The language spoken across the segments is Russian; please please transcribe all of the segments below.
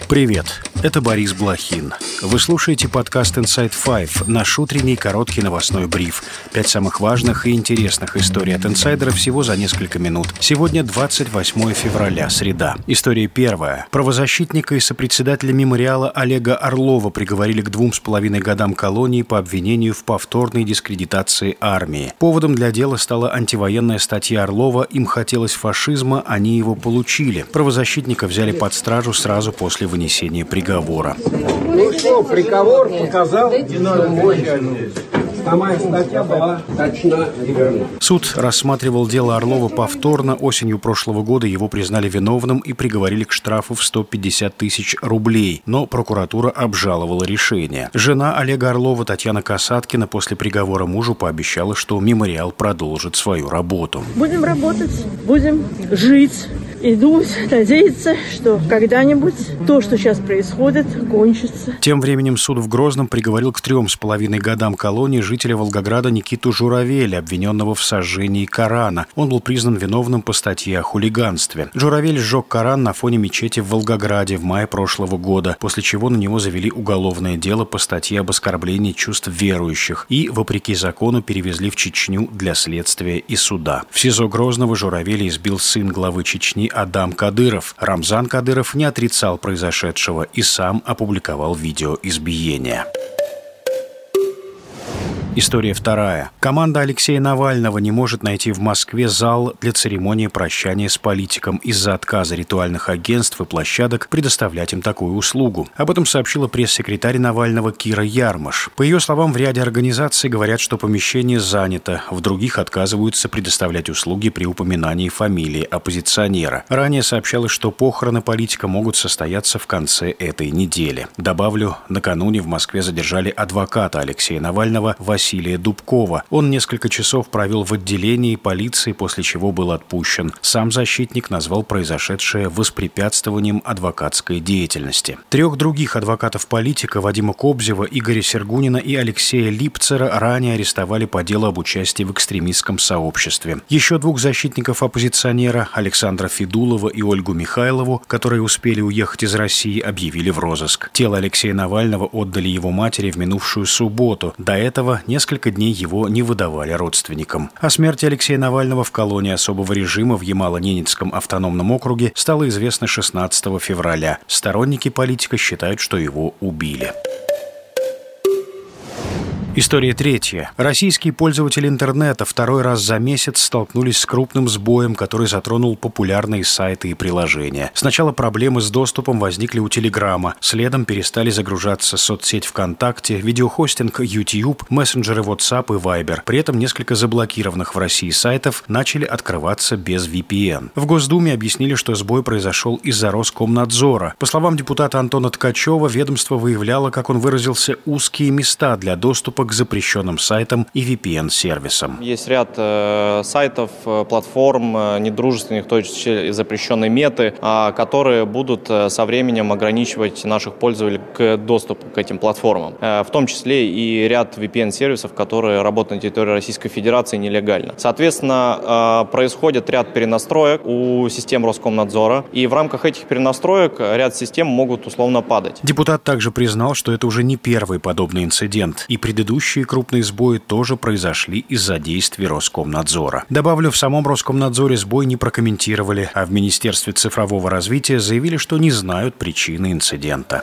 Привет, это Борис Блохин. Вы слушаете подкаст Inside Five, наш утренний короткий новостной бриф. 5 самых важных и интересных историй от инсайдера всего за несколько минут. Сегодня 28 февраля, среда. История первая. Правозащитника и сопредседателя мемориала Олега Орлова приговорили к 2,5 годам колонии по обвинению в повторной дискредитации армии. Поводом для дела стала антивоенная статья Орлова «Им хотелось фашизма, они его получили». Правозащитника взяли под стражу сразу после вынесения приговора. Ну что, приговор показал, самая статья была точна и верна. Суд рассматривал дело Орлова повторно. Осенью прошлого года его признали виновным и приговорили к штрафу в 150 тысяч рублей. Но прокуратура обжаловала решение. Жена Олега Орлова, Татьяна Касаткина, после приговора мужу пообещала, что мемориал продолжит свою работу. Будем работать, будем жить и думать, надеяться, что когда-нибудь то, что сейчас происходит, кончится. Тем временем суд в Грозном приговорил к 3,5 годам колонии жителя Волгограда Никиту Журавеля, обвиненного в сожжении Корана. Он был признан виновным по статье о хулиганстве. Журавель сжег Коран на фоне мечети в Волгограде в мае прошлого года, после чего на него завели уголовное дело по статье об оскорблении чувств верующих и, вопреки закону, перевезли в Чечню для следствия и суда. В СИЗО Грозного Журавеля избил сын главы Чечни Адам Кадыров. Рамзан Кадыров не отрицал произошедшего и сам опубликовал видео избиения. История вторая. Команда Алексея Навального не может найти в Москве зал для церемонии прощания с политиком из-за отказа ритуальных агентств и площадок предоставлять им такую услугу. Об этом сообщила пресс-секретарь Навального Кира Ярмаш. По ее словам, в ряде организаций говорят, что помещение занято, в других отказываются предоставлять услуги при упоминании фамилии оппозиционера. Ранее сообщалось, что похороны политика могут состояться в конце этой недели. Добавлю, накануне в Москве задержали адвоката Алексея Навального Василия Дубкова. Он несколько часов провел в отделении полиции, после чего был отпущен. Сам защитник назвал произошедшее воспрепятствованием адвокатской деятельности. 3 других адвокатов политика, Вадима Кобзева, Игоря Сергунина и Алексея Липцера, ранее арестовали по делу об участии в экстремистском сообществе. Еще 2 защитников оппозиционера, Александра Федулова и Ольгу Михайлову, которые успели уехать из России, объявили в розыск. Тело Алексея Навального отдали его матери в минувшую субботу. До этого несколько дней его не выдавали родственникам. О смерти Алексея Навального в колонии особого режима в Ямало-Ненецком автономном округе стало известно 16 февраля. Сторонники политика считают, что его убили. История третья. Российские пользователи интернета второй раз за месяц столкнулись с крупным сбоем, который затронул популярные сайты и приложения. Сначала проблемы с доступом возникли у Телеграма, следом перестали загружаться соцсеть ВКонтакте, видеохостинг YouTube, мессенджеры WhatsApp и Viber. При этом несколько заблокированных в России сайтов начали открываться без VPN. В Госдуме объяснили, что сбой произошел из-за Роскомнадзора. По словам депутата Антона Ткачева, ведомство выявляло, как он выразился, узкие места для доступа к запрещенным сайтам и VPN-сервисам. Есть ряд сайтов, платформ, недружественных, то есть запрещенной меты, которые будут со временем ограничивать наших пользователей к доступу к этим платформам. В том числе и ряд VPN-сервисов, которые работают на территории Российской Федерации нелегально. Соответственно, происходит ряд перенастроек у систем Роскомнадзора, и в рамках этих перенастроек ряд систем могут условно падать. Депутат также признал, что это уже не первый подобный инцидент, и предыдущие крупные сбои тоже произошли из-за действий Роскомнадзора. Добавлю, в самом Роскомнадзоре сбой не прокомментировали, а в Министерстве цифрового развития заявили, что не знают причины инцидента.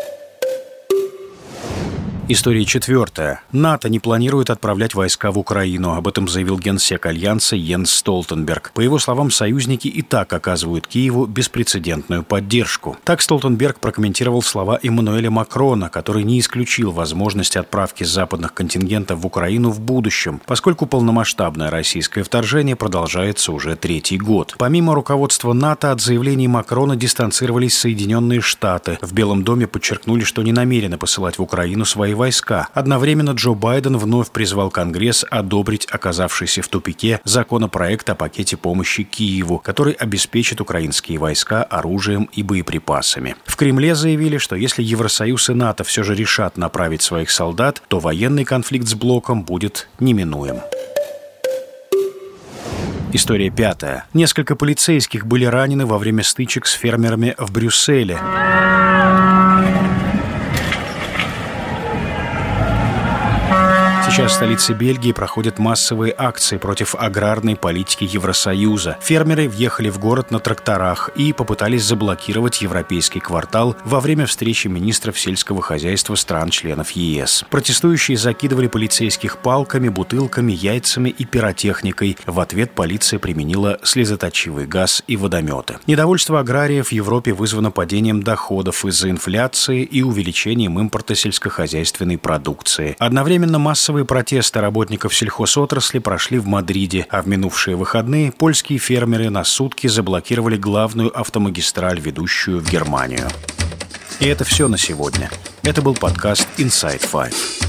История четвертая. НАТО не планирует отправлять войска в Украину. Об этом заявил генсек Альянса Йенс Столтенберг. По его словам, союзники и так оказывают Киеву беспрецедентную поддержку. Так Столтенберг прокомментировал слова Эммануэля Макрона, который не исключил возможности отправки западных контингентов в Украину в будущем, поскольку полномасштабное российское вторжение продолжается уже 3-й год. Помимо руководства НАТО, от заявлений Макрона дистанцировались Соединенные Штаты. В Белом доме подчеркнули, что не намерены посылать в Украину свои войска. Одновременно Джо Байден вновь призвал Конгресс одобрить оказавшийся в тупике законопроект о пакете помощи Киеву, который обеспечит украинские войска оружием и боеприпасами. В Кремле заявили, что если Евросоюз и НАТО все же решат направить своих солдат, то военный конфликт с блоком будет неминуем. История пятая. Несколько полицейских были ранены во время стычек с фермерами в Брюсселе. Сейчас в столице Бельгии проходят массовые акции против аграрной политики Евросоюза. Фермеры въехали в город на тракторах и попытались заблокировать европейский квартал во время встречи министров сельского хозяйства стран-членов ЕС. Протестующие закидывали полицейских палками, бутылками, яйцами и пиротехникой. В ответ полиция применила слезоточивый газ и водометы. Недовольство аграриев в Европе вызвано падением доходов из-за инфляции и увеличением импорта сельскохозяйственной продукции. Одновременно массовые протесты работников сельхозотрасли прошли в Мадриде, а в минувшие выходные польские фермеры на сутки заблокировали главную автомагистраль, ведущую в Германию. И это все на сегодня. Это был подкаст Inside Five.